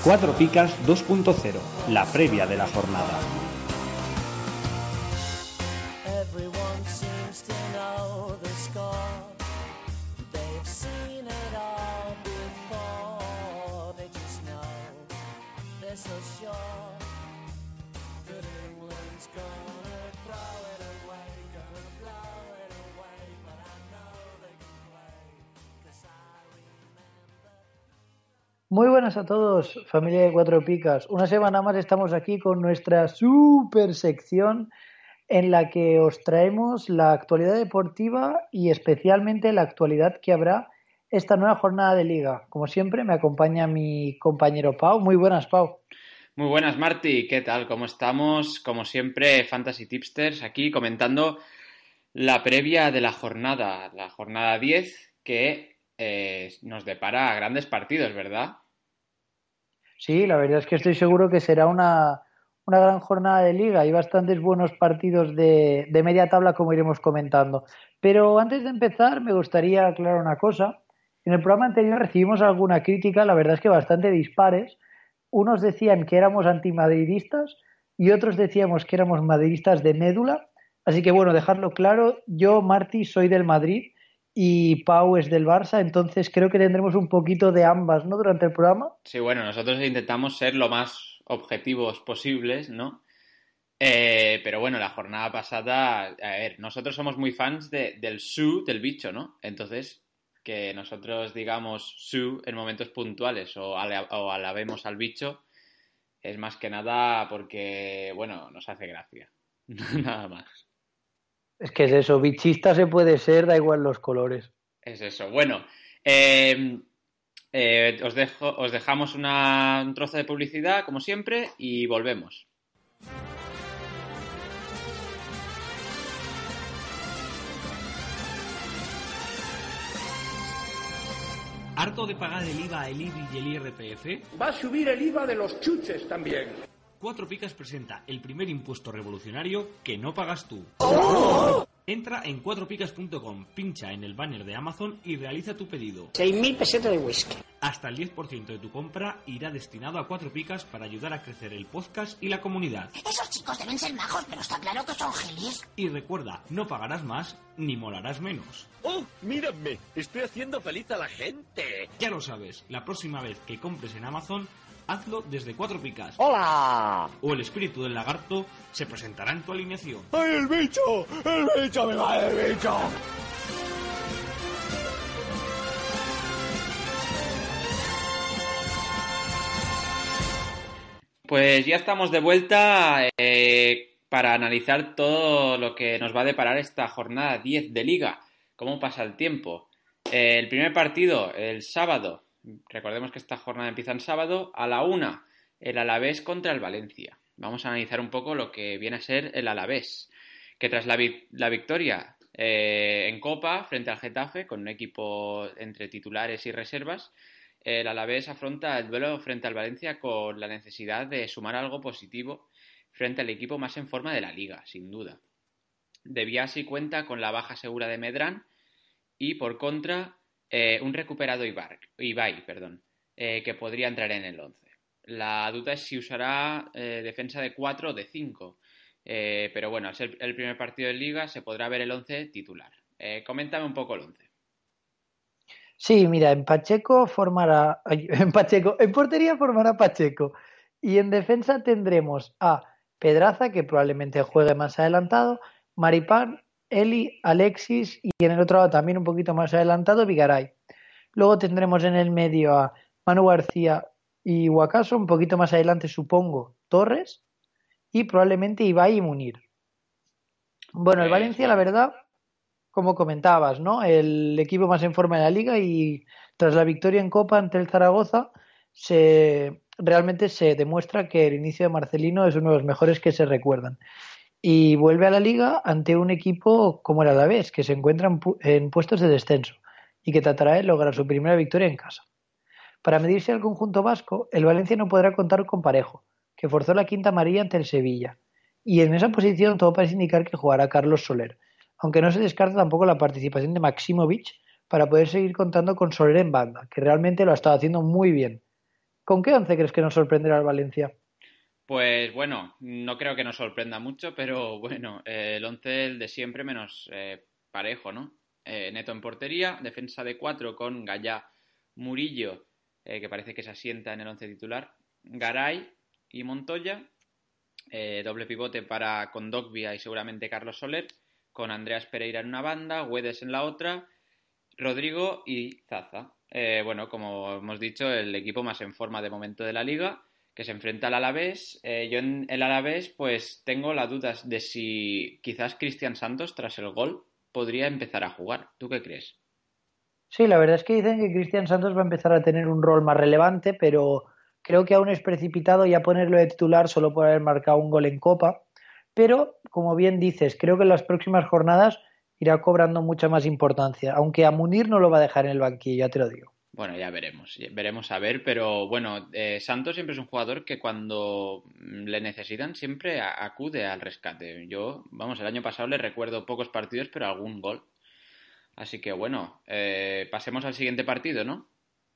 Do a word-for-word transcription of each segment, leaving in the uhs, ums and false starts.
Cuatro Picas dos punto cero, la previa de la jornada. Muy buenas a todos, familia de Cuatro Picas. Una semana más estamos aquí con nuestra super sección en la que os traemos la actualidad deportiva y especialmente la actualidad que habrá esta nueva jornada de liga. Como siempre me acompaña mi compañero Pau. Muy buenas, Pau. Muy buenas, Marti. ¿Qué tal? ¿Cómo estamos? Como siempre, Fantasy Tipsters aquí comentando la previa de la jornada, la jornada diez, que eh, nos depara grandes partidos, ¿verdad? Sí, la verdad es que estoy seguro que será una, una gran jornada de liga. Hay bastantes buenos partidos de, de media tabla, como iremos comentando. Pero antes de empezar, me gustaría aclarar una cosa. En el programa anterior recibimos alguna crítica, la verdad es que bastante dispares. Unos decían que éramos antimadridistas y otros decíamos que éramos madridistas de médula. Así que bueno, dejarlo claro, yo, Martí, soy del Madrid y Pau es del Barça, entonces creo que tendremos un poquito de ambas, ¿no? Durante el programa. Sí, bueno, nosotros intentamos ser lo más objetivos posibles, ¿no? Eh, pero bueno, la jornada pasada, a ver, nosotros somos muy fans de, del su del bicho, ¿no? Entonces, que nosotros digamos su en momentos puntuales o, ala, o alabemos al bicho es más que nada porque, bueno, nos hace gracia. Nada más. Es que es eso, bichista se puede ser, da igual los colores. Es eso. Bueno, eh, eh, os, dejo, os dejamos una, un trozo de publicidad, como siempre, y volvemos. ¿Harto de pagar el I V A, el I B I y el I R P F? Va a subir el I V A de los chuches también. Cuatro Picas presenta el primer impuesto revolucionario que no pagas tú. ¡Oh! Entra en cuatro picas punto com, pincha en el banner de Amazon y realiza tu pedido. seis mil pesetas de whisky. Hasta el diez por ciento de tu compra irá destinado a Cuatro Picas para ayudar a crecer el podcast y la comunidad. Esos chicos deben ser majos, pero está claro que son gilis. Y recuerda, no pagarás más ni molarás menos. ¡Oh, mírame! Estoy haciendo feliz a la gente. Ya lo sabes, la próxima vez que compres en Amazon, hazlo desde Cuatro Picas. ¡Hola! O el espíritu del lagarto se presentará en tu alineación. ¡Ay, el bicho! ¡El bicho! ¡Me va el bicho! Pues ya estamos de vuelta eh, para analizar todo lo que nos va a deparar esta jornada diez de Liga. ¿Cómo pasa el tiempo? Eh, el primer partido, el sábado. Recordemos que esta jornada empieza en sábado a la una, el Alavés contra el Valencia. Vamos a analizar un poco lo que viene a ser el Alavés, que tras la, vi- la victoria eh, en Copa frente al Getafe, con un equipo entre titulares y reservas, el Alavés afronta el duelo frente al Valencia con la necesidad de sumar algo positivo frente al equipo más en forma de la Liga, sin duda. De Biasi cuenta con la baja segura de Medrán y, por contra, Eh, un recuperado Ibar, Ibai, perdón, eh, que podría entrar en el once. La duda es si usará eh, defensa de cuatro o de cinco, eh, pero bueno, al ser el primer partido de Liga se podrá ver el once titular. Eh, coméntame un poco el once. Sí, mira, en Pacheco formará, ay, en Pacheco, en portería formará Pacheco y en defensa tendremos a Pedraza, que probablemente juegue más adelantado, Maripán, Eli, Alexis y en el otro lado también un poquito más adelantado Vigaray. Luego tendremos en el medio a Manu García y Guacaso, un poquito más adelante supongo Torres y probablemente Ibai y Munir. Bueno, el Valencia, la verdad, como comentabas, ¿no? El equipo más en forma de la liga y tras la victoria en Copa ante el Zaragoza se realmente se demuestra que el inicio de Marcelino es uno de los mejores que se recuerdan. Y vuelve a la Liga ante un equipo como el Alavés, que se encuentra en, pu- en puestos de descenso y que tratará de lograr su primera victoria en casa. Para medirse al conjunto vasco, el Valencia no podrá contar con Parejo, que forzó la quinta amarilla ante el Sevilla. Y en esa posición todo parece indicar que jugará Carlos Soler, aunque no se descarta tampoco la participación de Maximovic para poder seguir contando con Soler en banda, que realmente lo ha estado haciendo muy bien. ¿Con qué once crees que nos sorprenderá el Valencia? Pues bueno, no creo que nos sorprenda mucho, pero bueno, eh, el once el de siempre menos eh, parejo, ¿no? Eh, Neto en portería, defensa de cuatro con Gallá, Murillo, eh, que parece que se asienta en el once titular, Garay y Montoya, eh, doble pivote para Kondogbia y seguramente Carlos Soler, con Andreas Pereira en una banda, Guedes en la otra, Rodrigo y Zaza. Eh, bueno, como hemos dicho, el equipo más en forma de momento de la liga, que se enfrenta al Alavés. Eh, yo en el Alavés pues tengo las dudas de si quizás Cristian Santos, tras el gol, podría empezar a jugar. ¿Tú qué crees? Sí, la verdad es que dicen que Cristian Santos va a empezar a tener un rol más relevante, pero creo que aún es precipitado ya ponerlo de titular solo por haber marcado un gol en Copa. Pero, como bien dices, creo que en las próximas jornadas irá cobrando mucha más importancia, aunque a Munir no lo va a dejar en el banquillo, ya te lo digo. Bueno, ya veremos, ya veremos a ver, pero bueno, eh, Santos siempre es un jugador que cuando le necesitan siempre a- acude al rescate. Yo, vamos, el año pasado le recuerdo pocos partidos, pero algún gol. Así que bueno, eh, pasemos al siguiente partido, ¿no?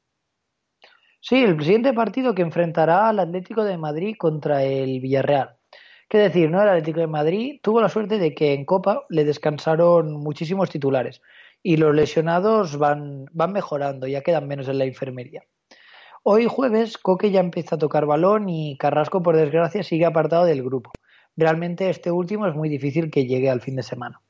Sí, el siguiente partido que enfrentará al Atlético de Madrid contra el Villarreal. Qué decir, ¿no? El Atlético de Madrid tuvo la suerte de que en Copa le descansaron muchísimos titulares y los lesionados van, van mejorando, ya quedan menos en la enfermería. Hoy jueves, Coque ya empieza a tocar balón y Carrasco, por desgracia, sigue apartado del grupo. Realmente este último es muy difícil que llegue al fin de semana.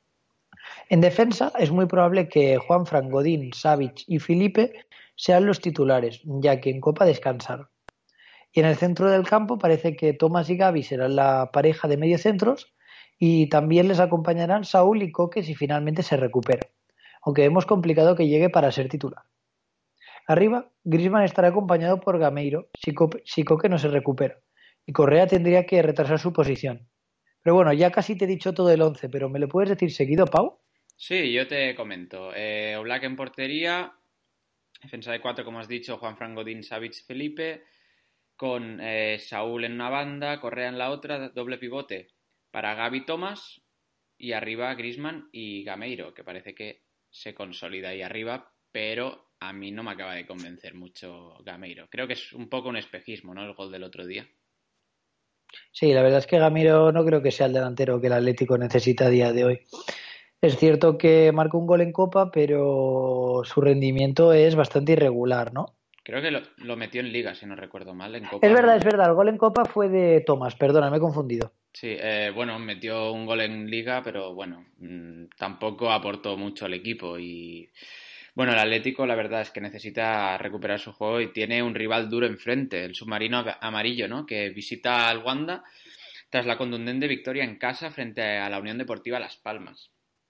En defensa es muy probable que Juanfran, Godín, Savic y Felipe sean los titulares, ya que en Copa descansaron. Y en el centro del campo parece que Tomás y Gavi serán la pareja de mediocentros y también les acompañarán Saúl y Coque si finalmente se recupera, aunque vemos complicado que llegue para ser titular. Arriba, Griezmann estará acompañado por Gameiro si, Co- si Coque no se recupera y Correa tendría que retrasar su posición. Pero bueno, ya casi te he dicho todo el once, pero ¿me lo puedes decir seguido, Pau? Sí, yo te comento. Eh, Oblak en portería, defensa de cuatro, como has dicho, Juanfran, Godín, Savic, Felipe, con eh, Saúl en una banda, Correa en la otra, doble pivote para Gavi Tomás y arriba Griezmann y Gameiro, que parece que se consolida ahí arriba, pero a mí no me acaba de convencer mucho Gameiro. Creo que es un poco un espejismo, ¿no? El gol del otro día. Sí, la verdad es que Gamiro no creo que sea el delantero que el Atlético necesita a día de hoy. Es cierto que marcó un gol en Copa, pero su rendimiento es bastante irregular, ¿no? Creo que lo, lo metió en Liga, si no recuerdo mal. En Es Copa verdad, es no. verdad, el gol en Copa fue de Tomás, perdona, me he confundido. Sí, eh, bueno, metió un gol en Liga, pero bueno, mmm, tampoco aportó mucho al equipo. Y bueno, el Atlético la verdad es que necesita recuperar su juego y tiene un rival duro enfrente, el submarino ab- amarillo, ¿no? Que visita al Wanda tras la contundente victoria en casa frente a la Unión Deportiva Las Palmas.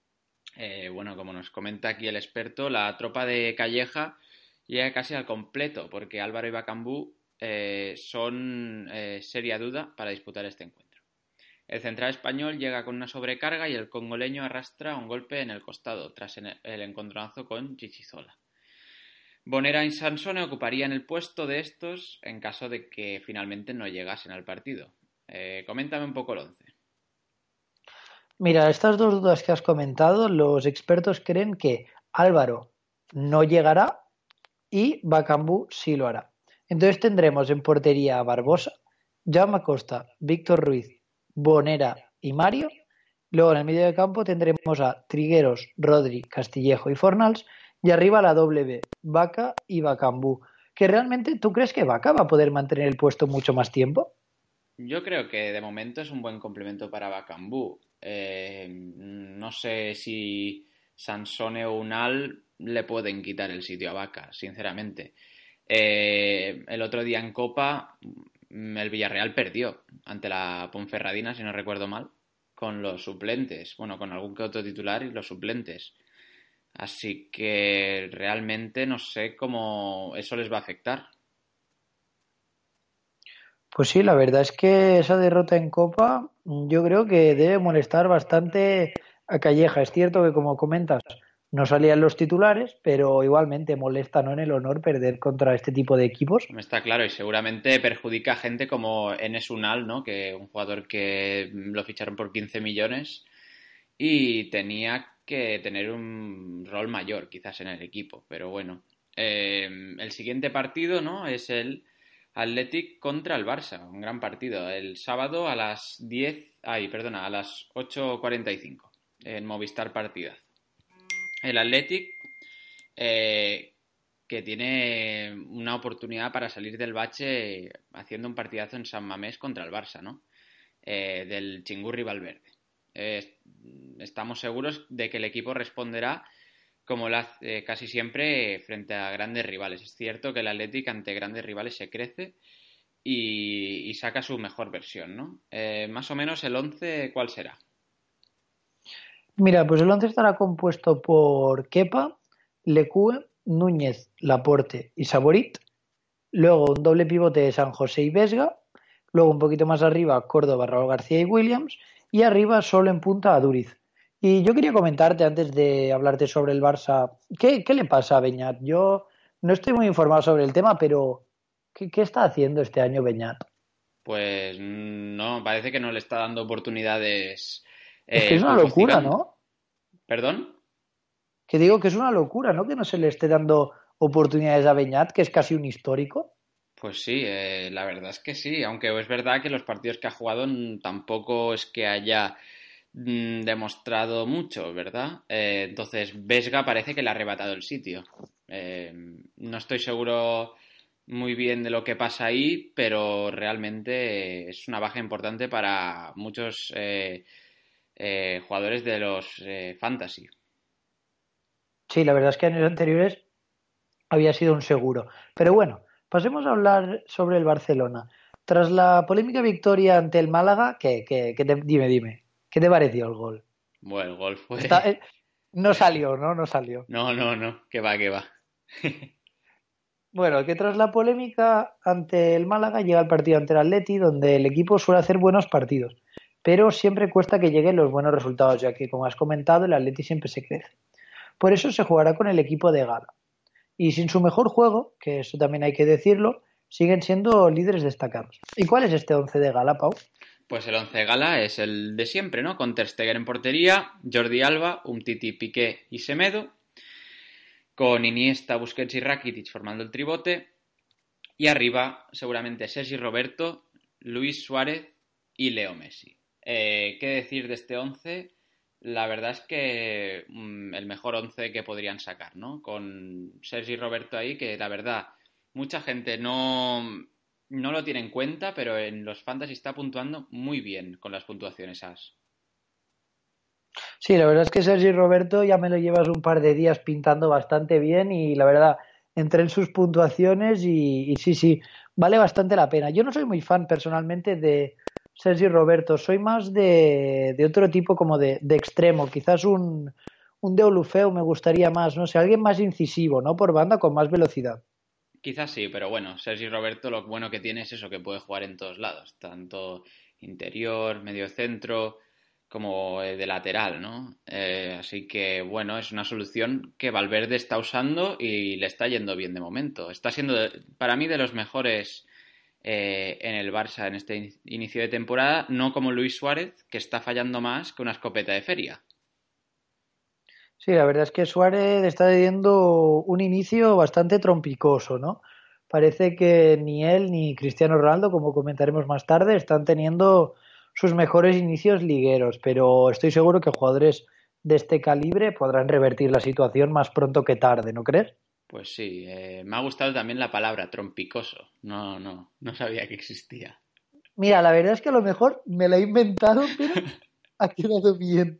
Eh, bueno, como nos comenta aquí el experto, la tropa de Calleja llega casi al completo, porque Álvaro y Bacambú eh, son eh, seria duda para disputar este encuentro. El central español llega con una sobrecarga y el congoleño arrastra un golpe en el costado tras el encontronazo con Chichizola. Bonera y Sansone ocuparían el puesto de estos en caso de que finalmente no llegasen al partido. Eh, coméntame un poco el once. Mira, estas dos dudas que has comentado, los expertos creen que Álvaro no llegará y Bacambú sí lo hará. Entonces tendremos en portería a Barbosa, Jaume Costa, Víctor Ruiz, Bonera y Mario. Luego en el medio de campo tendremos a Trigueros, Rodri, Castillejo y Fornals. Y arriba la doble B, Vaca y Bacambú. Que realmente, ¿tú crees que Vaca va a poder mantener el puesto mucho más tiempo? Yo creo que de momento es un buen complemento para Bacambú. Eh, no sé si Sansone o Unal le pueden quitar el sitio a Vaca, sinceramente. Eh, el otro día en Copa, el Villarreal perdió ante la Ponferradina, si no recuerdo mal, con los suplentes. Bueno, con algún que otro titular y los suplentes. Así que realmente no sé cómo eso les va a afectar. Pues sí, la verdad es que esa derrota en Copa mm, yo creo que debe molestar bastante a Calleja. Es cierto que, como comentas, no salían los titulares, pero igualmente molesta, ¿no? En el honor perder contra este tipo de equipos. Está claro, y seguramente perjudica a gente como Enes Unal, ¿no? Que un jugador que lo ficharon por quince millones y tenía que tener un rol mayor quizás en el equipo, pero bueno. Eh, el siguiente partido, ¿no? Es el Athletic contra el Barça, un gran partido. El sábado a las diez, ay, perdona, a las ocho cuarenta y cinco en Movistar Partidazo. El Athletic, eh, que tiene una oportunidad para salir del bache haciendo un partidazo en San Mamés contra el Barça, ¿no? Eh, del Chingurri Valverde. Eh, estamos seguros de que el equipo responderá como lo hace eh, casi siempre frente a grandes rivales. Es cierto que el Athletic ante grandes rivales se crece y, y saca su mejor versión, ¿no? Eh, más o menos el once, ¿cuál será? Mira, pues el once estará compuesto por Kepa, Lecue, Núñez, Laporte y Saborit. Luego un doble pivote de San José y Vesga. Luego un poquito más arriba Córdoba, Raúl García y Williams. Y arriba solo en punta a Duriz. Y yo quería comentarte antes de hablarte sobre el Barça, ¿qué, qué le pasa a Beñat? Yo no estoy muy informado sobre el tema, pero ¿qué, qué está haciendo este año Beñat? Pues no, parece que no le está dando oportunidades. Es eh, que es una Pulpo locura, Ciganda. ¿no? ¿Perdón? Que digo que es una locura, ¿no? Que no se le esté dando oportunidades a Beñat, que es casi un histórico. Pues sí, eh, la verdad es que sí, aunque es verdad que los partidos que ha jugado mm, tampoco es que haya mm, demostrado mucho, ¿verdad? Eh, entonces, Vesga parece que le ha arrebatado el sitio. Eh, no estoy seguro muy bien de lo que pasa ahí, pero realmente eh, es una baja importante para muchos eh, eh, jugadores de los eh, Fantasy. Sí, la verdad es que en años anteriores había sido un seguro. Pero bueno, pasemos a hablar sobre el Barcelona. Tras la polémica victoria ante el Málaga, ¿qué, qué, qué te, dime, dime, ¿qué te pareció el gol? Bueno, el gol fue... Está, eh, no salió, ¿no? No salió. No, no, no, que va, que va. Bueno, que tras la polémica ante el Málaga llega el partido ante el Atleti, donde el equipo suele hacer buenos partidos, pero siempre cuesta que lleguen los buenos resultados, ya que, como has comentado, el Atleti siempre se crece. Por eso se jugará con el equipo de gala. Y sin su mejor juego, que eso también hay que decirlo, siguen siendo líderes destacados. ¿Y cuál es este once de gala, Pau? Pues el once de gala es el de siempre, ¿no? Con Ter Stegen en portería, Jordi Alba, Umtiti, Piqué y Semedo, con Iniesta, Busquets y Rakitic formando el tribote, y arriba seguramente Sergi Roberto, Luis Suárez y Leo Messi. Eh, ¿Qué decir de este once? La verdad es que mmm, el mejor once que podrían sacar, ¿no? Con Sergi Roberto ahí, que la verdad, mucha gente no, no lo tiene en cuenta, pero en los fantasy está puntuando muy bien con las puntuaciones as. Sí, la verdad es que Sergi Roberto ya me lo llevas un par de días pintando bastante bien y la verdad, entré en sus puntuaciones y, y sí, sí, vale bastante la pena. Yo no soy muy fan personalmente de Sergi Roberto, soy más de, de otro tipo como de, de extremo, quizás un, un Deulofeu me gustaría más, no sé, alguien más incisivo, ¿no? Por banda con más velocidad. Quizás sí, pero bueno, Sergi Roberto lo bueno que tiene es eso, que puede jugar en todos lados, tanto interior, medio centro, como de lateral, ¿no? Eh, así que, bueno, es una solución que Valverde está usando y le está yendo bien de momento. Está siendo, para mí, de los mejores eh, en el Barça en este inicio de temporada, no como Luis Suárez, que está fallando más que una escopeta de feria. Sí, la verdad es que Suárez está teniendo un inicio bastante trompicoso, ¿no? Parece que ni él ni Cristiano Ronaldo, como comentaremos más tarde, están teniendo sus mejores inicios ligueros, pero estoy seguro que jugadores de este calibre podrán revertir la situación más pronto que tarde, ¿no crees? Pues sí, eh, me ha gustado también la palabra trompicoso. No, no, no sabía que existía. Mira, la verdad es que a lo mejor me la he inventado, pero ha quedado bien.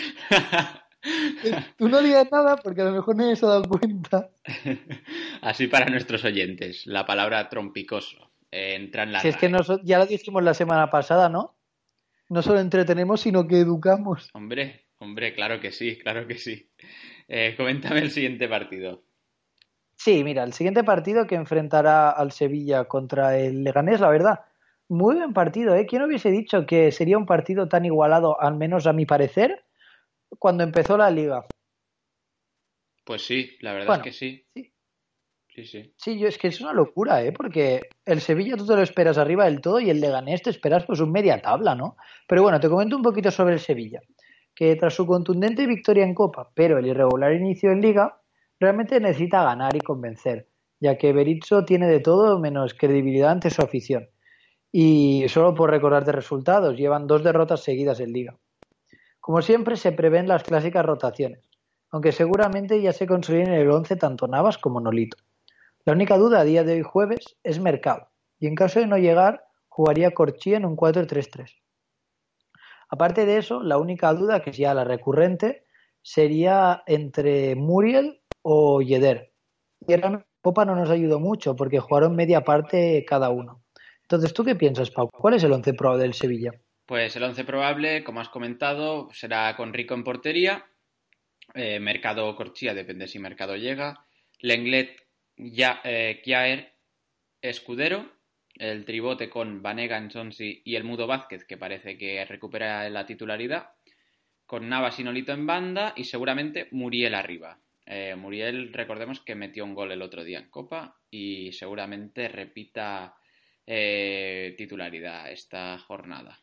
Tú no digas nada porque a lo mejor nadie se ha dado cuenta. Así para nuestros oyentes, la palabra trompicoso eh, entra en la Si es que nos, ya lo dijimos la semana pasada, ¿no? No solo entretenemos, sino que educamos. Hombre, hombre, claro que sí, claro que sí. Eh, coméntame el siguiente partido. Sí, mira, el siguiente partido que enfrentará al Sevilla contra el Leganés, la verdad, muy buen partido, ¿eh? ¿Quién hubiese dicho que sería un partido tan igualado, al menos a mi parecer, cuando empezó la Liga? Pues sí, la verdad Bueno, es que sí. sí. Sí, sí. Sí, yo, es que es una locura, ¿eh? Porque el Sevilla tú te lo esperas arriba del todo y el Leganés te esperas pues un media tabla, ¿no? Pero bueno, te comento un poquito sobre el Sevilla, que tras su contundente victoria en Copa, pero el irregular inicio en Liga, realmente necesita ganar y convencer. ya que Berizzo tiene de todo menos credibilidad ante su afición. Y solo por recordarte resultados, llevan dos derrotas seguidas en Liga. Como siempre, se prevén las clásicas rotaciones, aunque seguramente ya se consoliden en el once tanto Navas como Nolito. La única duda a día de hoy jueves es Mercado, y en caso de no llegar, jugaría Corchia en un cuatro tres tres. Aparte de eso, la única duda, que es ya la recurrente, sería entre Muriel o Yedder. Y ahora Copa no nos ayudó mucho porque jugaron media parte cada uno. Entonces, ¿tú qué piensas, Pau? ¿Cuál es el once probable del Sevilla? Pues el once probable, como has comentado, será con Rico en portería, eh, Mercado o Corchia, depende si Mercado llega, Lenglet, ya, eh, Kjaer, Escudero, el tribote con Banega, Nsonsi y el Mudo Vázquez, que parece que recupera la titularidad, con Navas y Nolito en banda y seguramente Muriel arriba. Eh, Muriel, recordemos que metió un gol el otro día en Copa y seguramente repita eh, titularidad esta jornada.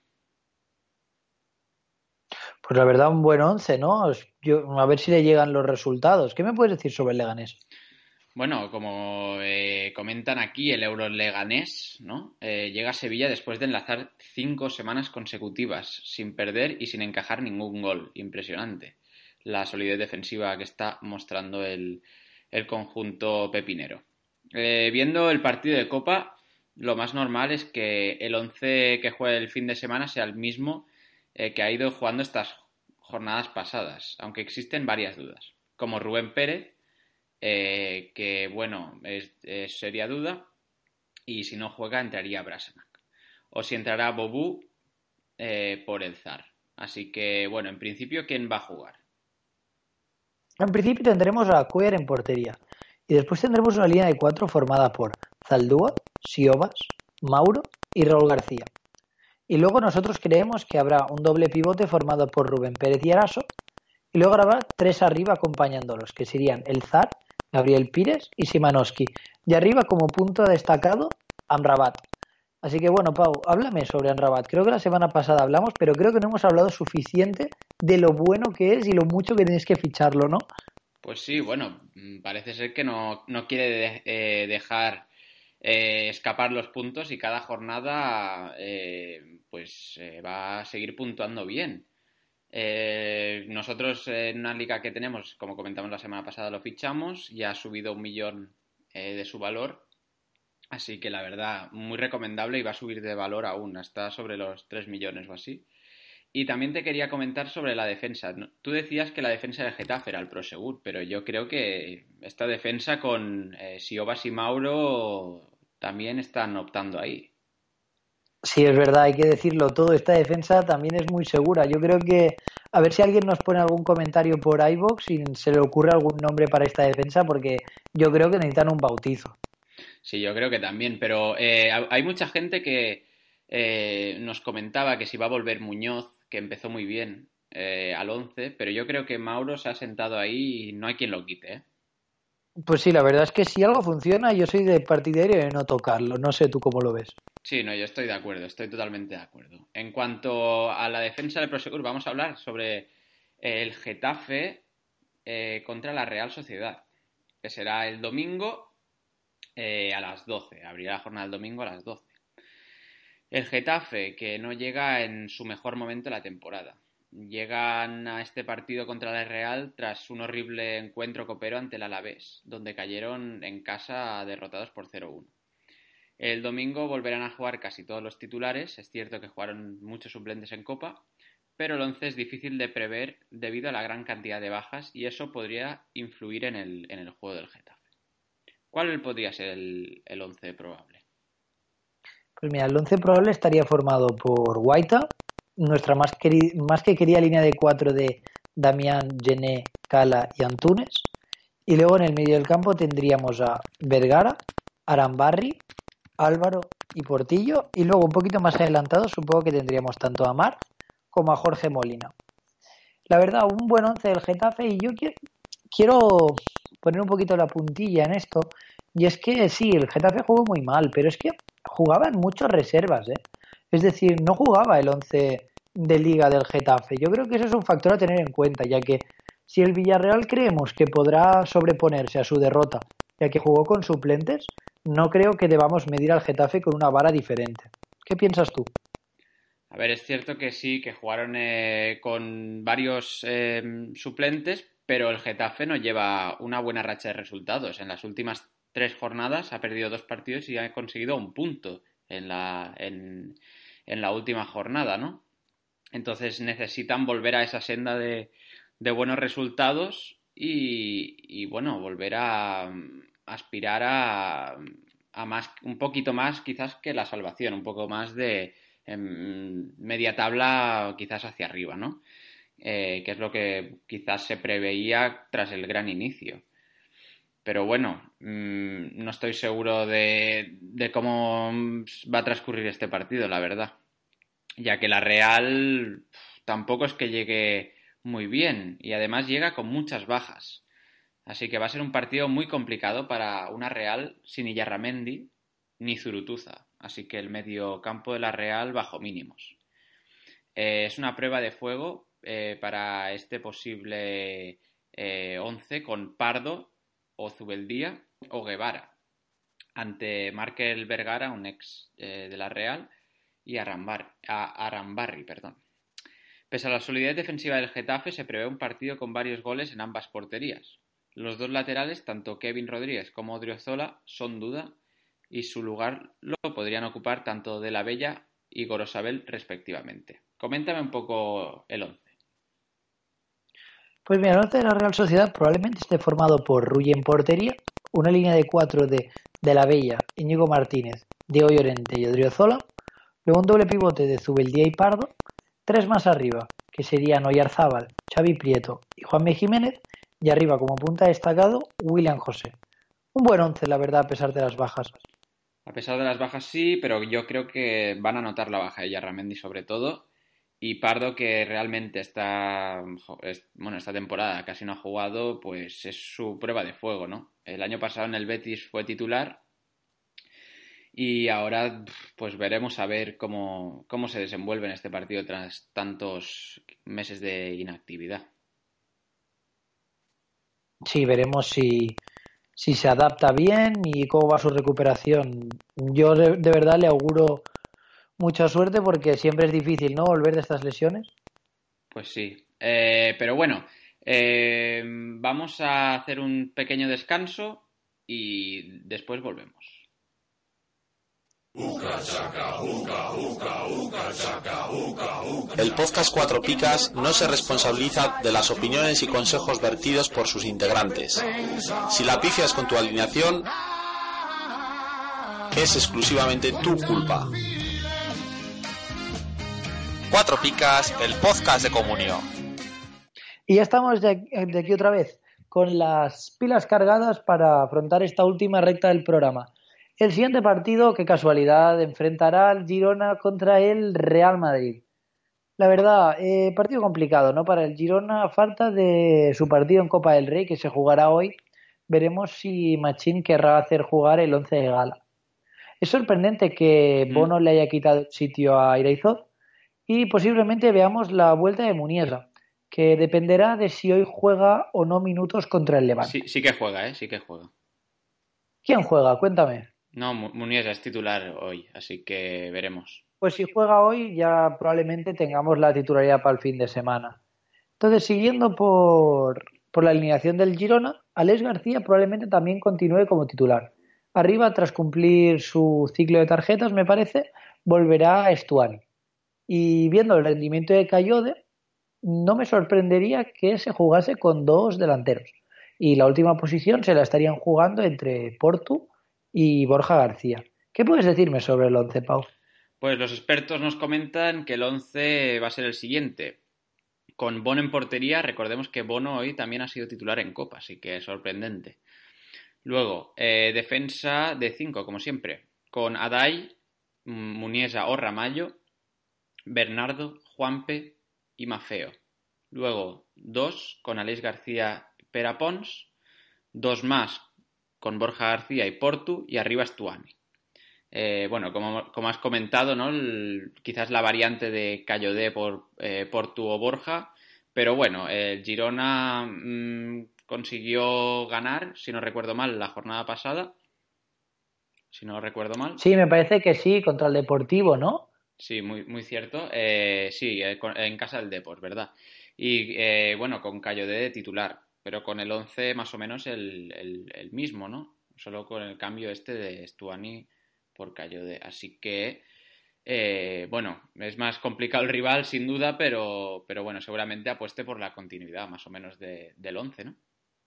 Pues la verdad, un buen once, ¿no? Yo, a ver si le llegan los resultados. ¿Qué me puedes decir sobre el Leganés? Bueno, como eh, comentan aquí, el Euro Leganés, ¿no? Eh, llega a Sevilla después de enlazar cinco semanas consecutivas sin perder y sin encajar ningún gol. Impresionante la solidez defensiva que está mostrando el, el conjunto pepinero. Eh, viendo el partido de Copa, lo más normal es que el once que juegue el fin de semana sea el mismo eh, que ha ido jugando estas jornadas pasadas, aunque existen varias dudas, como Rubén Pérez, Eh, que bueno, es, es seria duda, y si no juega entraría Brasanac, o si entrará Bobú eh, por el Zar. Así que bueno, en principio, ¿quién va a jugar? En principio tendremos a Cuer en portería y después tendremos una línea de cuatro formada por Zaldúa, Siobas, Mauro y Raúl García. Y luego nosotros creemos que habrá un doble pivote formado por Rubén Pérez y Araso, y luego habrá tres arriba acompañándolos, que serían el Zar, Gabriel Pires y Simanowski. Y arriba, como punto destacado, Amrabat. Así que bueno, Pau, háblame sobre Amrabat. Creo que la semana pasada hablamos, pero creo que no hemos hablado suficiente de lo bueno que es y lo mucho que tenéis que ficharlo, ¿no? Pues sí, bueno, parece ser que no, no quiere de, eh, dejar eh, escapar los puntos y cada jornada eh, pues eh, va a seguir puntuando bien. Eh, nosotros en una liga que tenemos, como comentamos la semana pasada, lo fichamos, ya ha subido un millón eh, de su valor, así que la verdad, muy recomendable y va a subir de valor aún, hasta sobre los tres millones o así. Y también te quería comentar sobre la defensa. Tú decías que la defensa del Getafe era el Prosegur, pero yo creo que esta defensa con eh, Siobas y Mauro también están optando ahí. Sí, es verdad, hay que decirlo todo. Esta defensa también es muy segura. Yo creo que, a ver si alguien nos pone algún comentario por iVoox y se le ocurre algún nombre para esta defensa, porque yo creo que necesitan un bautizo. Sí, yo creo que también, pero eh, hay mucha gente que eh, nos comentaba que si va a volver Muñoz, que empezó muy bien eh, al once, pero yo creo que Mauro se ha sentado ahí y no hay quien lo quite, ¿eh? Pues sí, la verdad es que si algo funciona, yo soy de partidario de no tocarlo. No sé tú cómo lo ves. Sí, no, yo estoy de acuerdo, estoy totalmente de acuerdo. En cuanto a la defensa del Prosegur, vamos a hablar sobre el Getafe eh, contra la Real Sociedad, que será el domingo eh, a las doce. Abrirá la jornada el domingo a las doce. El Getafe, que no llega en su mejor momento de la temporada. Llegan a este partido contra la Real tras un horrible encuentro copero ante el Alavés, donde cayeron en casa derrotados por cero uno. El domingo volverán a jugar casi todos los titulares, es cierto que jugaron muchos suplentes en Copa, pero el once es difícil de prever debido a la gran cantidad de bajas y eso podría influir en el, en el juego del Getafe. ¿Cuál podría ser el, el once probable? Pues mira, el once probable estaría formado por Guaita, nuestra más, queri- más que querida línea de cuatro de Damián, Gené, Cala y Antunes, y luego en el medio del campo tendríamos a Vergara, Arambarri, Álvaro y Portillo, y luego un poquito más adelantado supongo que tendríamos tanto a Marc como a Jorge Molina. La verdad, un buen once del Getafe, y yo quiero, quiero poner un poquito la puntilla en esto, y es que sí, el Getafe jugó muy mal, pero es que jugaban muchas reservas, ¿eh? Es decir, no jugaba el once de liga del Getafe. Yo creo que eso es un factor a tener en cuenta, ya que si el Villarreal creemos que podrá sobreponerse a su derrota ya que jugó con suplentes, no creo que debamos medir al Getafe con una vara diferente. ¿Qué piensas tú? A ver, es cierto que sí, que jugaron eh, con varios eh, suplentes, pero el Getafe no lleva una buena racha de resultados. En las últimas tres jornadas ha perdido dos partidos y ha conseguido un punto en la, en, en la última jornada, ¿no? Entonces necesitan volver a esa senda de, de buenos resultados y, y, bueno, volver a, a aspirar a, a más, un poquito más quizás que la salvación, un poco más de en media tabla quizás hacia arriba, ¿no? Eh, que es lo que quizás se preveía tras el gran inicio. Pero bueno, mmm, no estoy seguro de, de cómo va a transcurrir este partido, la verdad. Ya que la Real tampoco es que llegue muy bien y además llega con muchas bajas. Así que va a ser un partido muy complicado para una Real sin Illarramendi ni Zurutuza. Así que el medio campo de la Real bajo mínimos. Eh, es una prueba de fuego eh, para este posible eh, once con Pardo o Zubeldía o Guevara ante Markel Vergara, un ex eh, de la Real, y Arambar, a, Arambarri, perdón. Pese a la solidez defensiva del Getafe, se prevé un partido con varios goles en ambas porterías. Los dos laterales, tanto Kevin Rodríguez como Odriozola, son duda y su lugar lo podrían ocupar tanto De la Bella y Gorosabel respectivamente. Coméntame un poco el once. Pues mira, el once de la Real Sociedad probablemente esté formado por Rulli en portería, una línea de cuatro de De la Bella, Íñigo Martínez, Diego Llorente y Odriozola, luego un doble pivote de Zubeldía y Pardo, tres más arriba, que serían Oyarzábal, Xavi Prieto y Juanmi Jiménez, y arriba como punta destacado William José. Un buen once, la verdad, a pesar de las bajas. A pesar de las bajas sí, pero yo creo que van a notar la baja de Illarramendi sobre todo, y Pardo, que realmente está, bueno, esta temporada casi no ha jugado, pues es su prueba de fuego, ¿no? El año pasado en el Betis fue titular y ahora pues veremos a ver cómo, cómo se desenvuelve en este partido tras tantos meses de inactividad. Sí, veremos si, si se adapta bien y cómo va su recuperación. Yo de, de verdad le auguro mucha suerte porque siempre es difícil, ¿no?, volver de estas lesiones. Pues sí, eh, pero bueno, eh, vamos a hacer un pequeño descanso y después volvemos. El podcast Cuatro Picas no se responsabiliza de las opiniones y consejos vertidos por sus integrantes. Si la pifias con tu alineación, es exclusivamente tu culpa. Cuatro Picas, el podcast de Comunio. Y ya estamos de aquí otra vez, con las pilas cargadas para afrontar esta última recta del programa. El siguiente partido, qué casualidad, enfrentará al Girona contra el Real Madrid. La verdad, eh, partido complicado, ¿no? Para el Girona, a falta de su partido en Copa del Rey, que se jugará hoy, veremos si Machín querrá hacer jugar el once de gala. Es sorprendente que Bono le haya quitado el sitio a Iraizoz y posiblemente veamos la vuelta de Muniesa, que dependerá de si hoy juega o no minutos contra el Levante. Sí, sí que juega, ¿eh? Sí que juega. ¿Quién juega? Cuéntame. No, Muniesa es titular hoy, así que veremos. Pues si juega hoy ya probablemente tengamos la titularidad para el fin de semana. Entonces, siguiendo por, por la alineación del Girona, Alex García probablemente también continúe como titular. Arriba, tras cumplir su ciclo de tarjetas, me parece, volverá a Estuani. Y viendo el rendimiento de Cayode, no me sorprendería que se jugase con dos delanteros. Y la última posición se la estarían jugando entre Portu y Borja García. ¿Qué puedes decirme sobre el once, Pau? Pues los expertos nos comentan que el once va a ser el siguiente. Con Bono en portería, recordemos que Bono hoy también ha sido titular en Copa, así que es sorprendente. Luego, eh, defensa de cinco, como siempre, con Adai, Muniesa o Ramallo, Bernardo, Juanpe y Mafeo. Luego, dos con Alex García, Pere Pons, dos más con Borja García y Portu, y arriba Estuani. Eh, bueno, como, como has comentado, ¿no? El, quizás la variante de Cayode por eh, Portu o Borja, pero bueno, el Girona mmm, consiguió ganar, si no recuerdo mal, la jornada pasada. Si no recuerdo mal. Sí, me parece que sí, contra el Deportivo, ¿no? Sí, muy, muy cierto. Eh, sí, eh, con- en casa del Depor, ¿verdad? Y eh, bueno, con Cayode de titular, pero con el once más o menos el, el- el mismo, ¿no? Solo con el cambio este de Stuani por Cayode. Así que, eh, bueno, es más complicado el rival, sin duda, pero, pero bueno, seguramente apueste por la continuidad más o menos de- del once, ¿no?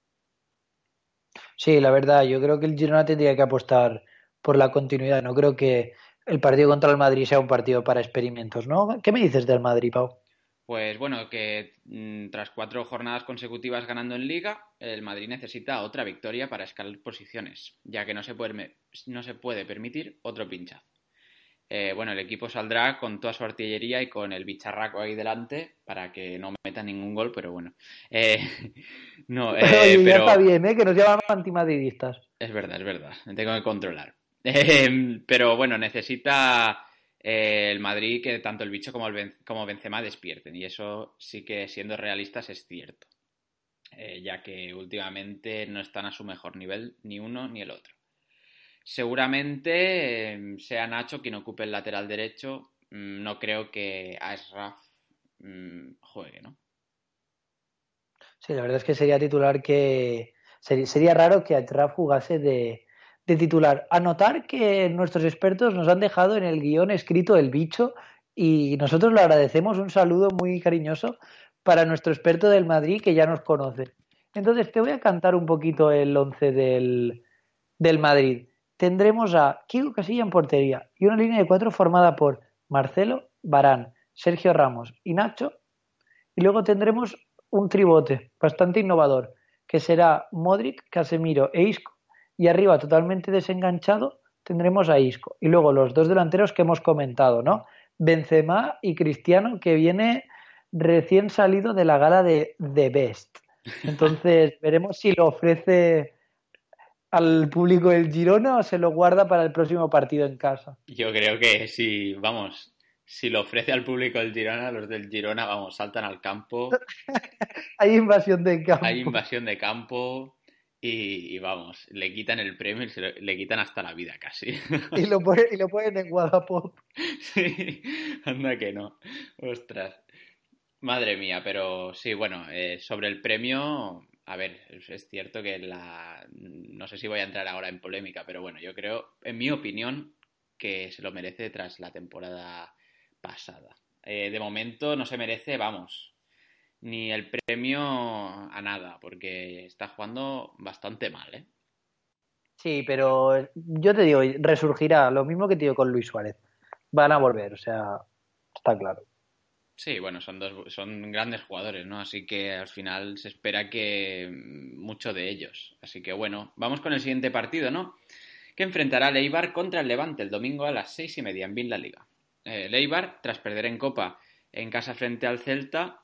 Sí, la verdad, yo creo que el Girona tendría que apostar por la continuidad. No creo que el partido contra el Madrid sea un partido para experimentos, ¿no? ¿Qué me dices del Madrid, Pau? Pues bueno, que mm, tras cuatro jornadas consecutivas ganando en Liga, el Madrid necesita otra victoria para escalar posiciones, ya que no se puede, no se puede permitir otro pinchazo. Eh, bueno, el equipo saldrá con toda su artillería y con el bicharraco ahí delante para que no meta ningún gol, pero bueno. Eh, no, eh, Oye, ya está pero bien, ¿eh? Que nos llaman antimadridistas. es verdad, es verdad, me tengo que controlar. Eh, pero bueno, necesita eh, el Madrid que tanto el bicho como, el Ben- como Benzema despierten, y eso sí que siendo realistas es cierto, eh, ya que últimamente no están a su mejor nivel ni uno ni el otro. Seguramente eh, sea Nacho quien ocupe el lateral derecho. Mm, No creo que Ashraf mm, juegue, ¿no? Sí, la verdad es que sería titular que... Sería, sería raro que Achraf jugase de, de titular. Anotar que nuestros expertos nos han dejado en el guión escrito el bicho y nosotros le agradecemos un saludo muy cariñoso para nuestro experto del Madrid que ya nos conoce. Entonces te voy a cantar un poquito el once del, del Madrid. Tendremos a Kiko Casilla en portería y una línea de cuatro formada por Marcelo, Varane, Sergio Ramos y Nacho. Y luego tendremos un tribote bastante innovador, que será Modric, Casemiro e Isco. Y arriba, totalmente desenganchado, tendremos a Isco. Y luego los dos delanteros que hemos comentado, ¿no? Benzema y Cristiano, que viene recién salido de la gala de The Best. Entonces, veremos si lo ofrece al público del Girona o se lo guarda para el próximo partido en casa. Yo creo que si, vamos, si lo ofrece al público el Girona, los del Girona, vamos, saltan al campo, Hay invasión de hay campo. invasión de campo y, y vamos, le quitan el premio y se lo- le quitan hasta la vida casi. Y lo, pone- y lo ponen en Wallapop. Sí, anda que no. Ostras. Madre mía, pero sí, bueno, eh, sobre el premio, a ver, es, es cierto que la... No sé si voy a entrar ahora en polémica, pero bueno, yo creo, en mi opinión, que se lo merece tras la temporada pasada. Eh, de momento no se merece, vamos, ni el premio a nada, porque está jugando bastante mal, ¿eh? Sí, pero yo te digo, resurgirá lo mismo que te digo con Luis Suárez. Van a volver, o sea, está claro. Sí, bueno, son dos, son grandes jugadores, ¿no? Así que al final se espera que mm, mucho de ellos. Así que bueno, vamos con el siguiente partido, ¿no? Que enfrentará a Eibar contra el Levante el domingo a las seis y media en Villa Liga. Eh, el Eibar, tras perder en Copa en casa frente al Celta,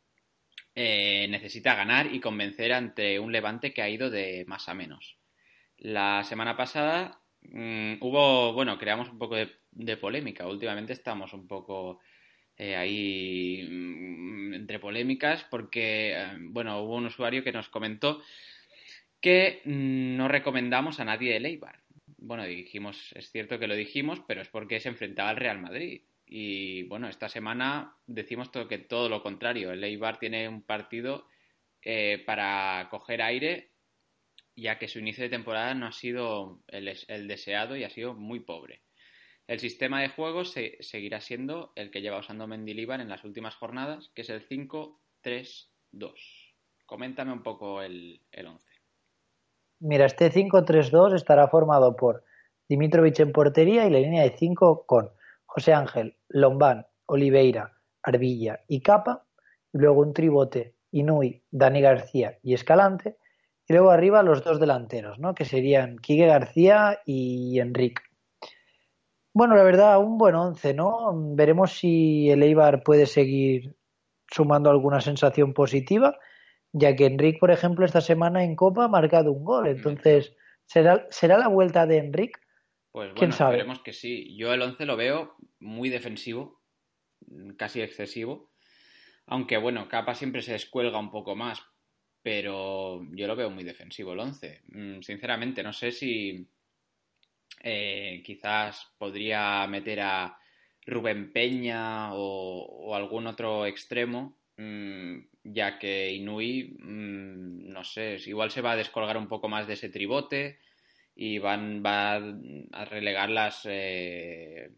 eh, necesita ganar y convencer ante un Levante que ha ido de más a menos. La semana pasada mmm, hubo, bueno, creamos un poco de, de polémica. Últimamente estamos un poco eh, ahí mmm, entre polémicas porque, eh, bueno, hubo un usuario que nos comentó que mmm, no recomendamos a nadie el Eibar. Bueno, dijimos, es cierto que lo dijimos, pero es porque se enfrentaba al Real Madrid. Y bueno, esta semana decimos todo, que todo lo contrario. El Eibar tiene un partido eh, para coger aire, ya que su inicio de temporada no ha sido el, el deseado y ha sido muy pobre. El sistema de juego se, seguirá siendo el que lleva usando Mendilibar en las últimas jornadas, que es el cinco tres dos. Coméntame un poco el, el once. Mira, este cinco tres dos estará formado por Dimitrovic en portería y la línea de cinco con José Ángel, Lombán, Oliveira, Arbilla y Capa. Y luego un tribote, Inui, Dani García y Escalante. Y luego arriba los dos delanteros, ¿no? Que serían Quique García y Enrique. Bueno, la verdad, un buen once, ¿no? Veremos si el Eibar puede seguir sumando alguna sensación positiva, ya que Enrique, por ejemplo, esta semana en Copa ha marcado un gol. Entonces, ¿será, será la vuelta de Enrique? Pues ¿Quién bueno, sabe? esperemos que sí. Yo el once lo veo muy defensivo, casi excesivo. Aunque bueno, Capa siempre se descuelga un poco más. pero yo lo veo muy defensivo el once. Mm, sinceramente, no sé si eh, quizás podría meter a Rubén Peña o, o algún otro extremo, mmm, ya que Inui, mmm, no sé, igual se va a descolgar un poco más de ese tribote y van va a relegar las eh,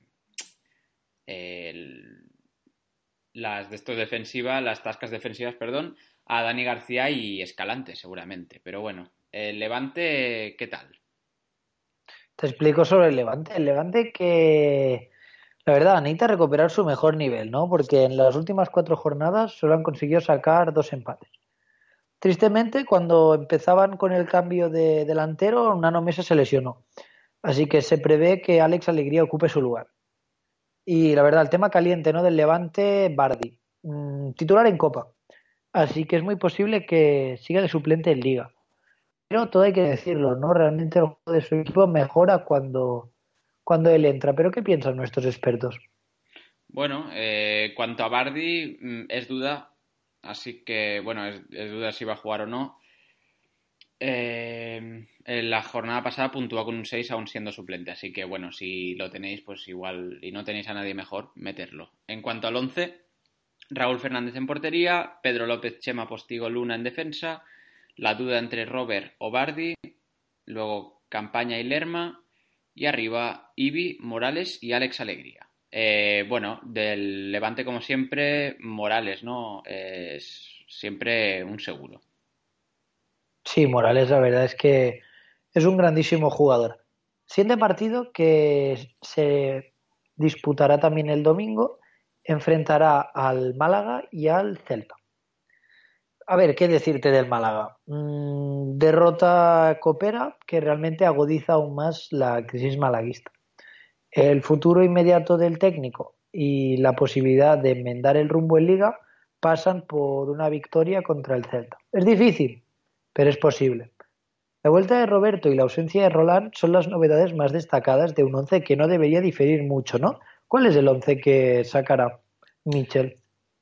el, las de estos defensivas, las tascas defensivas, perdón, a Dani García y Escalante seguramente. Pero bueno, el Levante, ¿qué tal? Te explico sobre el Levante. El Levante que, la verdad, necesita recuperar su mejor nivel, ¿no? Porque en las últimas cuatro jornadas solo han conseguido sacar dos empates. Tristemente, cuando empezaban con el cambio de delantero, Nano Mesa se lesionó. Así que se prevé que Alex Alegría ocupe su lugar. Y la verdad, el tema caliente, ¿no? Del Levante, Bardi. Mm, titular en Copa. Así que es muy posible que siga de suplente en Liga. Pero todo hay que decirlo, ¿no? Realmente el juego de su equipo mejora cuando, cuando él entra. ¿Pero qué piensan nuestros expertos? Bueno, eh, cuanto a Bardi, mm, es duda. Así que, bueno, es, es duda si va a jugar o no. Eh, en la jornada pasada puntuó con un seis aún siendo suplente, así que bueno, si lo tenéis, pues igual, y no tenéis a nadie mejor, meterlo. En cuanto al once, Raúl Fernández en portería, Pedro López, Chema Postigo, Luna en defensa, la duda entre Robert o Bardi, luego Campaña y Lerma, y arriba Ibi, Morales y Alex Alegría. Eh, bueno, del Levante como siempre, Morales, ¿no? Eh, es siempre un seguro. Sí, Morales, la verdad es que es un grandísimo jugador. Siguiente partido que se disputará también el domingo, enfrentará al Málaga y al Celta. A ver, ¿qué decirte del Málaga? Mm, derrota copera que realmente agudiza aún más la crisis malaguista. El futuro inmediato del técnico y la posibilidad de enmendar el rumbo en Liga pasan por una victoria contra el Celta. Es difícil, pero es posible. La vuelta de Roberto y la ausencia de Roland son las novedades más destacadas de un once que no debería diferir mucho, ¿no? ¿Cuál es el once que sacará Michel?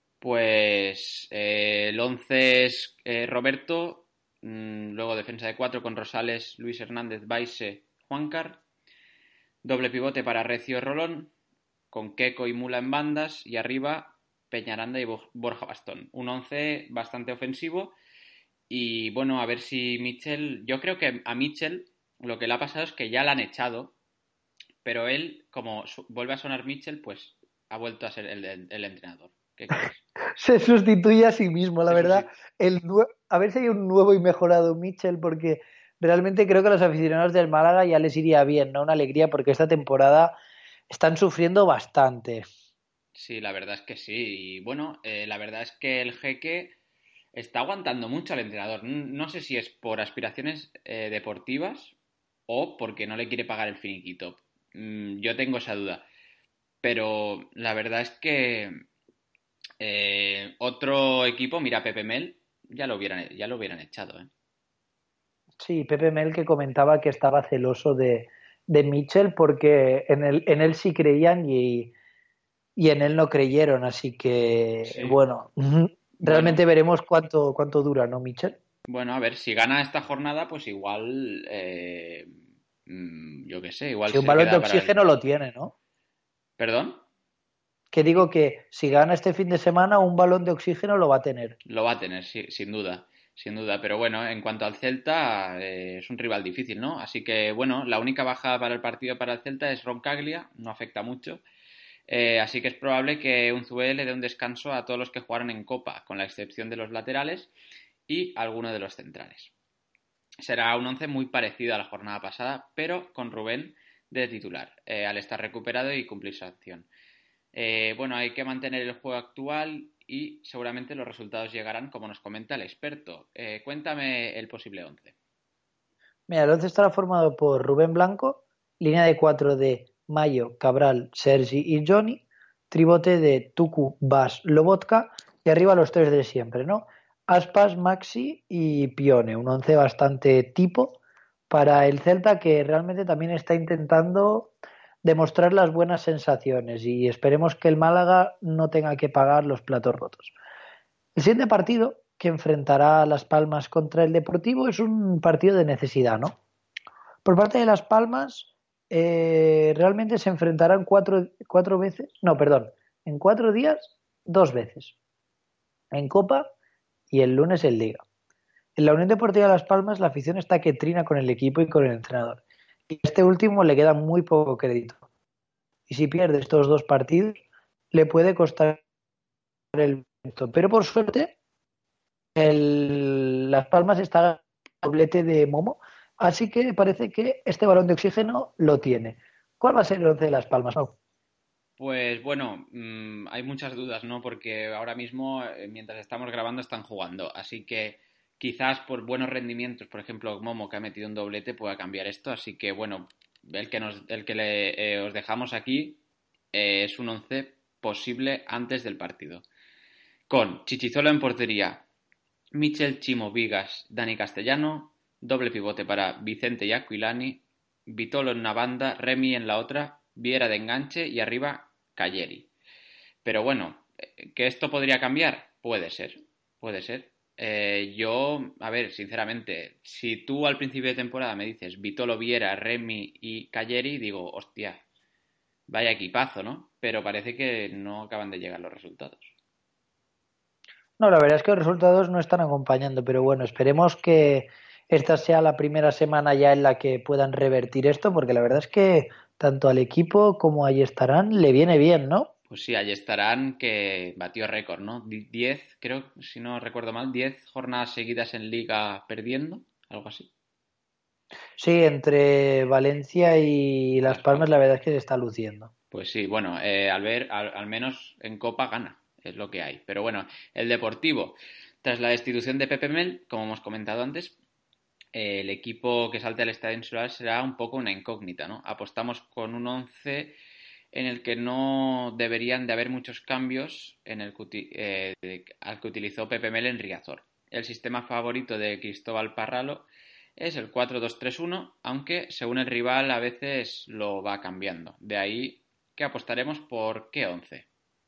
Pues eh, el once es eh, Roberto, mmm, luego defensa de cuatro con Rosales, Luis Hernández, Baise, Juancar, doble pivote para Recio Rolón, con Keco y Mula en bandas, y arriba Peñaranda y Borja Bastón. Un once bastante ofensivo, y bueno, a ver si Michel, yo creo que a Michel lo que le ha pasado es que ya la han echado, pero él, como vuelve a sonar Michel, pues ha vuelto a ser el, el, el entrenador. ¿Qué crees? Se sustituye a sí mismo, la verdad. El nue- a ver si hay un nuevo y mejorado Mitchell, porque realmente creo que a los aficionados del Málaga ya les iría bien, ¿no? Una alegría, porque esta temporada están sufriendo bastante. Sí, la verdad es que sí. Y bueno, eh, la verdad es que el Jeque está aguantando mucho al entrenador. No sé si es por aspiraciones eh, deportivas o porque no le quiere pagar el finiquito. Mm, yo tengo esa duda. Pero la verdad es que eh, otro equipo, mira, Pepe Mel, ya lo hubieran, ya lo hubieran echado, ¿eh? Sí, Pepe Mel que comentaba que estaba celoso de, de Mitchell porque en él, en él sí creían y, y en él no creyeron. Así que, Sí. bueno, realmente Bueno, veremos cuánto, cuánto dura, ¿no, Mitchell? bueno, a ver, si gana esta jornada, pues igual, eh, mm, yo qué sé, igual Si un se balón de queda para oxígeno el... lo tiene, ¿no? ¿Perdón? Que digo que si gana este fin de semana, un balón de oxígeno lo va a tener. Lo va a tener, sí, sin duda, sin duda. Pero bueno, en cuanto al Celta, eh, es un rival difícil, ¿no? Así que, bueno, la única baja para el partido para el Celta es Roncaglia, no afecta mucho. Eh, así que es probable que Unzué le dé un descanso a todos los que jugaron en Copa, con la excepción de los laterales y alguno de los centrales. Será un once muy parecido a la jornada pasada, pero con Rubén de titular, eh, al estar recuperado y cumplir su acción. Eh, bueno, hay que mantener el juego actual y seguramente los resultados llegarán, como nos comenta el experto. Eh, cuéntame el posible once. Mira, el once estará formado por Rubén Blanco, línea de cuatro de Mayo, Cabral, Sergi y Johnny, tribote de Tucu, Bas, Lobotka y arriba los tres de siempre, ¿no? Aspas, Maxi y Pione, un once bastante tipo para el Celta que realmente también está intentando demostrar las buenas sensaciones y esperemos que el Málaga no tenga que pagar los platos rotos. El siguiente partido que enfrentará a Las Palmas contra el Deportivo es un partido de necesidad, ¿no? Por parte de Las Palmas, eh, realmente se enfrentarán cuatro, cuatro veces, no, perdón, en cuatro días, dos veces. En Copa y el lunes en Liga. En la Unión Deportiva Las Palmas la afición está que trina con el equipo y con el entrenador. Y a este último le queda muy poco crédito. Y si pierde estos dos partidos, le puede costar el punto. Pero por suerte, el, Las Palmas está en el doblete de Momo, así que parece que este balón de oxígeno lo tiene. ¿Cuál va a ser el once de Las Palmas, Mau? Pues bueno, mmm, hay muchas dudas, ¿no? Porque ahora mismo, eh, mientras estamos grabando, están jugando. Así que quizás por buenos rendimientos, por ejemplo, Momo, que ha metido un doblete, pueda cambiar esto. Así que bueno, el que, nos, el que le, eh, os dejamos aquí eh, es un once posible antes del partido. Con Chichizola en portería, Michel, Chimo, Vigas, Dani Castellano, doble pivote para Vicente y Aquilani, Vitolo en una banda, Remy en la otra, Viera de enganche y arriba Calleri. Pero bueno, ¿que esto podría cambiar? Puede ser, puede ser. Eh, yo, a ver, sinceramente, si tú al principio de temporada me dices Vitolo, Viera, Remy y Calleri, digo, hostia, vaya equipazo, ¿no? Pero parece que no acaban de llegar los resultados. No, la verdad es que los resultados no están acompañando, pero bueno, esperemos que esta sea la primera semana ya en la que puedan revertir esto, porque la verdad es que tanto al equipo como ahí estarán le viene bien, ¿no? Pues sí, ahí estarán, que batió récord, ¿no? Diez, creo, si no recuerdo mal, diez jornadas seguidas en Liga perdiendo, algo así. Sí, entre Valencia y Las Palmas la verdad es que se está luciendo. Pues sí, bueno, eh, al ver, al, al menos en Copa gana, es lo que hay. Pero bueno, el Deportivo, tras la destitución de Pepe Mel, como hemos comentado antes, eh, el equipo que salte al Estadio Insular será un poco una incógnita, ¿no? Apostamos con un once en el que no deberían de haber muchos cambios en el que, eh, al que utilizó Pepe Mel en Riazor. El sistema favorito de Cristóbal Parralo es el cuatro dos tres uno, aunque según el rival a veces lo va cambiando. De ahí que apostaremos por qué once.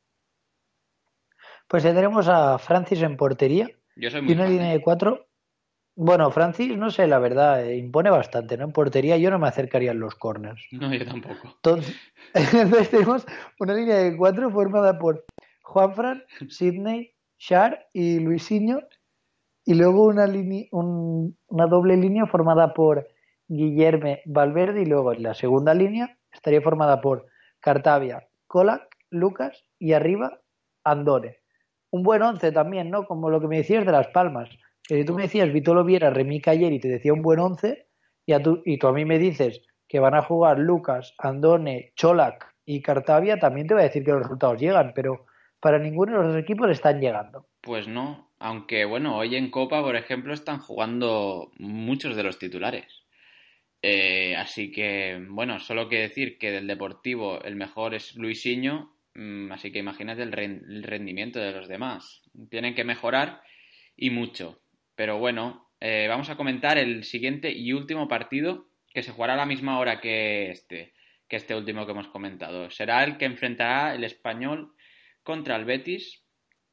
Pues tendremos a Francis en portería. Yo soy muy y una fan, línea ¿eh? de cuatro. Bueno, Francis, no sé, la verdad, eh, impone bastante, ¿no? En portería yo no me acercaría en los corners. No, yo tampoco. Entonces, entonces tenemos una línea de cuatro formada por Juanfran, Sidney, Shar y Luisinho. Y luego una, line, un, una doble línea formada por Guillerme, Valverde. Y luego en la segunda línea estaría formada por Cartavia, Colac, Lucas y arriba Andone. Un buen once también, ¿no? Como lo que me decías de Las Palmas. Que si tú me decías Vitolo Viera, Remy Calleri y te decía un buen once, y, a tú, y tú a mí me dices que van a jugar Lucas, Andone, Colac y Cartavia, también te voy a decir que los resultados llegan, pero para ninguno de los dos equipos están llegando. Pues no, aunque bueno, hoy en Copa, por ejemplo, están jugando muchos de los titulares. Eh, así que, bueno, solo que decir que del Deportivo el mejor es Luisinho, mmm, así que imagínate el, re el rendimiento de los demás. Tienen que mejorar y mucho. Pero bueno, eh, vamos a comentar el siguiente y último partido que se jugará a la misma hora que este, que este último que hemos comentado. Será el que enfrentará el Español contra el Betis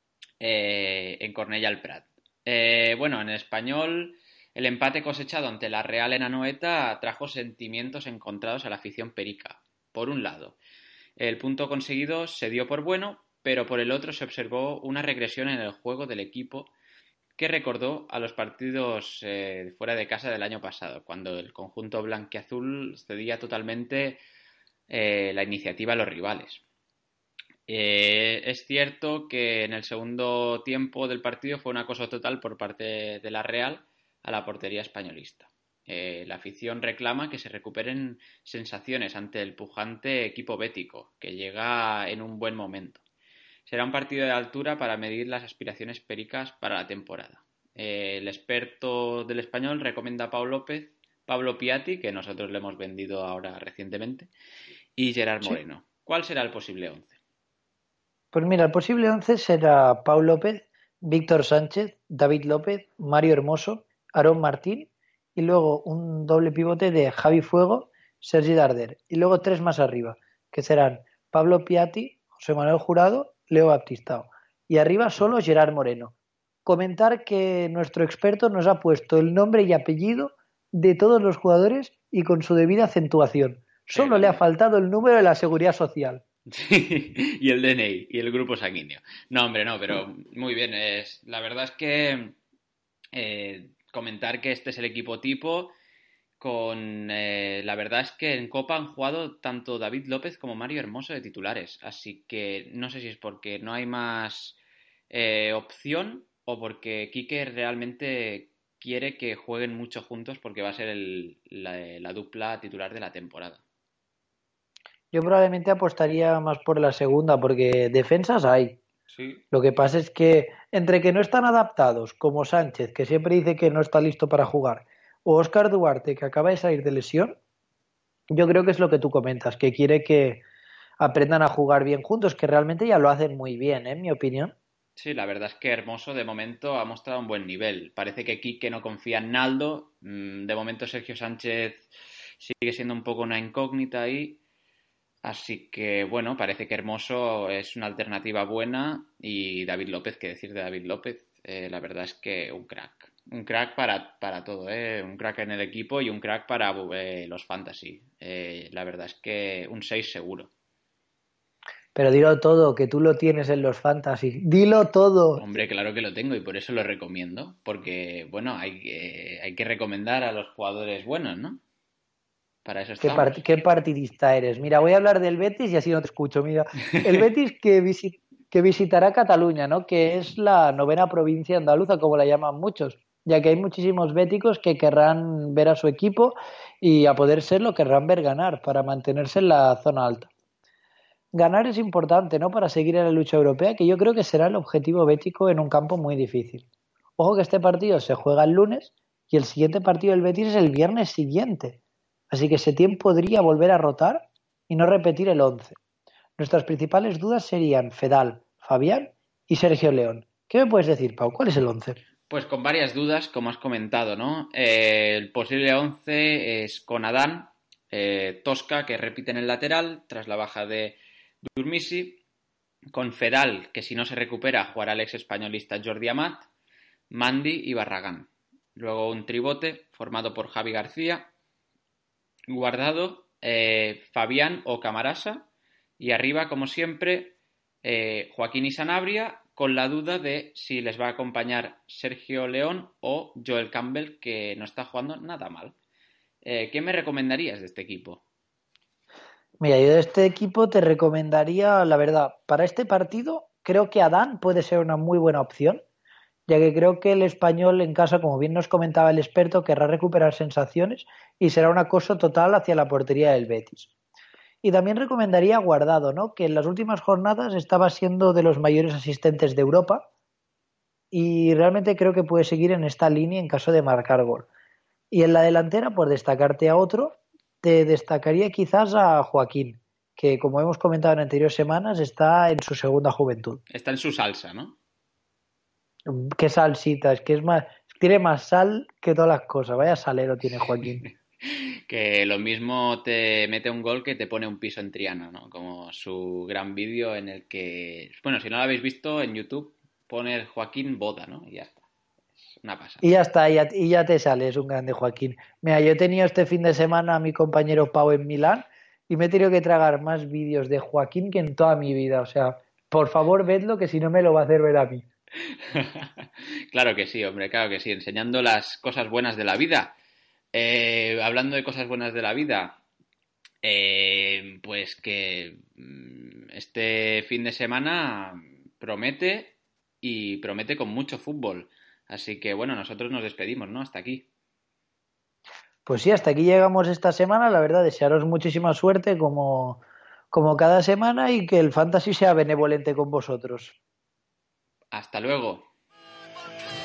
eh, en Cornellà al Prat. Eh, bueno, en el Español el empate cosechado ante la Real en Anoeta trajo sentimientos encontrados a la afición perica. Por un lado, el punto conseguido se dio por bueno, pero por el otro se observó una regresión en el juego del equipo que recordó a los partidos eh, fuera de casa del año pasado, cuando el conjunto blanquiazul cedía totalmente eh, la iniciativa a los rivales. Eh, es cierto que en el segundo tiempo del partido fue un acoso total por parte de la Real a la portería españolista. Eh, la afición reclama que se recuperen sensaciones ante el pujante equipo bético, que llega en un buen momento. Será un partido de altura para medir las aspiraciones pericas para la temporada. Eh, el experto del Español recomienda a Pau López, Pablo Piatti, que nosotros le hemos vendido ahora recientemente, y Gerard Moreno. Sí. ¿Cuál será el posible once? Pues mira, el posible once será Pau López, Víctor Sánchez, David López, Mario Hermoso, Aarón Martín y luego un doble pivote de Javi Fuego, Sergi Darder y luego tres más arriba, que serán Pablo Piatti, José Manuel Jurado, Leo Baptistao y arriba solo Gerard Moreno. comentar que nuestro experto nos ha puesto el nombre y apellido de todos los jugadores y con su debida acentuación. Solo le ha faltado el número de la seguridad social. Sí, y el D N I y el grupo sanguíneo. No, hombre, no, pero muy bien. Es, la verdad es que eh, comentar que este es el equipo tipo. Con eh, la verdad es que en Copa han jugado tanto David López como Mario Hermoso de titulares. Así que no sé si es porque no hay más eh, opción o porque Quique realmente quiere que jueguen mucho juntos porque va a ser el, la, la dupla titular de la temporada. Yo probablemente apostaría más por la segunda, porque defensas hay. Sí. Lo que pasa es que entre que no están adaptados, como Sánchez, que siempre dice que no está listo para jugar, o Óscar Duarte, que acaba de salir de lesión, yo creo que es lo que tú comentas, que quiere que aprendan a jugar bien juntos, que realmente ya lo hacen muy bien, ¿eh? En mi opinión. Sí, la verdad es que Hermoso de momento ha mostrado un buen nivel. Parece que Quique no confía en Naldo. De momento Sergio Sánchez sigue siendo un poco una incógnita ahí. Así que, bueno, parece que Hermoso es una alternativa buena y David López, ¿qué decir de David López? Eh, la verdad es que un crack. Un crack para, para todo, ¿eh? Un crack en el equipo y un crack para eh, los fantasy. Eh, la verdad es que un seis seguro. Pero dilo todo, que tú lo tienes en los fantasy. Dilo todo. Hombre, claro que lo tengo y por eso lo recomiendo. Porque, bueno, hay que, hay que recomendar a los jugadores buenos, ¿no? Para eso ¿Qué, estamos. part- ¿Qué partidista eres? Mira, voy a hablar del Betis y así no te escucho. Mira, el Betis que, visi- que visitará Cataluña, ¿no? Que es la novena provincia andaluza, como la llaman muchos, ya que hay muchísimos béticos que querrán ver a su equipo y, a poder ser, lo querrán ver ganar para mantenerse en la zona alta. Ganar es importante, ¿no? Para seguir en la lucha europea, que yo creo que será el objetivo bético en un campo muy difícil. Ojo que este partido se juega el lunes y el siguiente partido del Betis es el viernes siguiente. Así que Setién podría volver a rotar y no repetir el once. Nuestras principales dudas serían Fedal, Fabián y Sergio León. ¿Qué me puedes decir, Pau? ¿Cuál es el once? Pues con varias dudas, como has comentado, ¿no? Eh, el posible once es con Adán, eh, Tosca, que repite en el lateral, tras la baja de Durmisi, con Fedal, que si no se recupera jugará el ex españolista Jordi Amat, Mandi y Barragán. Luego un tribote formado por Javi García, Guardado, eh, Fabián o Camarasa, y arriba, como siempre, eh, Joaquín y Sanabria, con la duda de si les va a acompañar Sergio León o Joel Campbell, que no está jugando nada mal. Eh, ¿Qué me recomendarías de este equipo? Mira, yo de este equipo te recomendaría, la verdad, para este partido creo que Adán puede ser una muy buena opción, ya que creo que el español en casa, como bien nos comentaba el experto, querrá recuperar sensaciones y será un acoso total hacia la portería del Betis. Y también recomendaría Guardado, ¿no? Que en las últimas jornadas estaba siendo de los mayores asistentes de Europa y realmente creo que puede seguir en esta línea en caso de marcar gol. Y en la delantera, por destacarte a otro, te destacaría quizás a Joaquín, que como hemos comentado en anteriores semanas, está en su segunda juventud. Está en su salsa, ¿no? Qué salsita, es que es más, tiene más sal que todas las cosas. Vaya salero tiene Joaquín. Que lo mismo te mete un gol que te pone un piso en Triana, ¿no? Como su gran vídeo en el que, bueno, si no lo habéis visto en YouTube, pone Joaquín Boda, ¿no? Y ya está. Es una pasada. Y ya está, y ya, y ya te sale, es un grande Joaquín. Mira, yo he tenido este fin de semana a mi compañero Pau en Milán y me he tenido que tragar más vídeos de Joaquín que en toda mi vida. O sea, por favor, vedlo, que si no me lo va a hacer ver a mí. Claro que sí, hombre, claro que sí. Enseñando las cosas buenas de la vida. Eh, hablando de cosas buenas de la vida, eh, pues que este fin de semana promete y promete con mucho fútbol. Así que bueno, nosotros nos despedimos, ¿no? Hasta aquí. Pues sí, hasta aquí llegamos esta semana. La verdad, desearos muchísima suerte como, como cada semana y que el fantasy sea benevolente con vosotros. Hasta luego.